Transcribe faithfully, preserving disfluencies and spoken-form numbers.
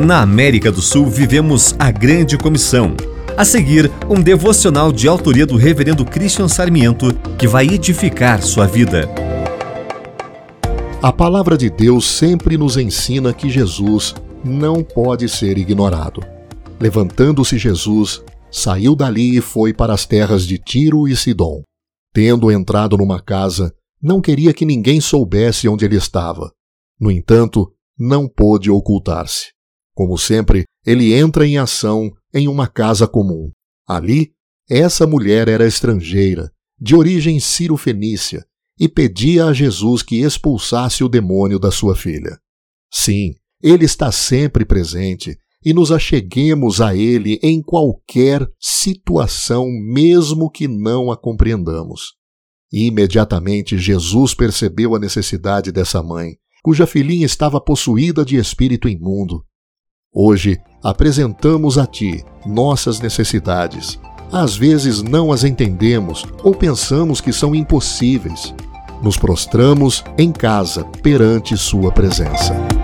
Na América do Sul vivemos a Grande Comissão. A seguir, um devocional de autoria do reverendo Christian Sarmiento que vai edificar sua vida. A palavra de Deus sempre nos ensina que Jesus não pode ser ignorado. Levantando-se Jesus, saiu dali e foi para as terras de Tiro e Sidom. Tendo entrado numa casa, não queria que ninguém soubesse onde ele estava. No entanto, não pôde ocultar-se. Como sempre, ele entra em ação em uma casa comum. Ali, essa mulher era estrangeira, de origem sírio-fenícia, e pedia a Jesus que expulsasse o demônio da sua filha. Sim, ele está sempre presente, e nos acheguemos a ele em qualquer situação, mesmo que não a compreendamos. Imediatamente, Jesus percebeu a necessidade dessa mãe, cuja filhinha estava possuída de espírito imundo. Hoje, apresentamos a Ti nossas necessidades. Às vezes não as entendemos ou pensamos que são impossíveis. Nos prostramos em casa perante Sua presença.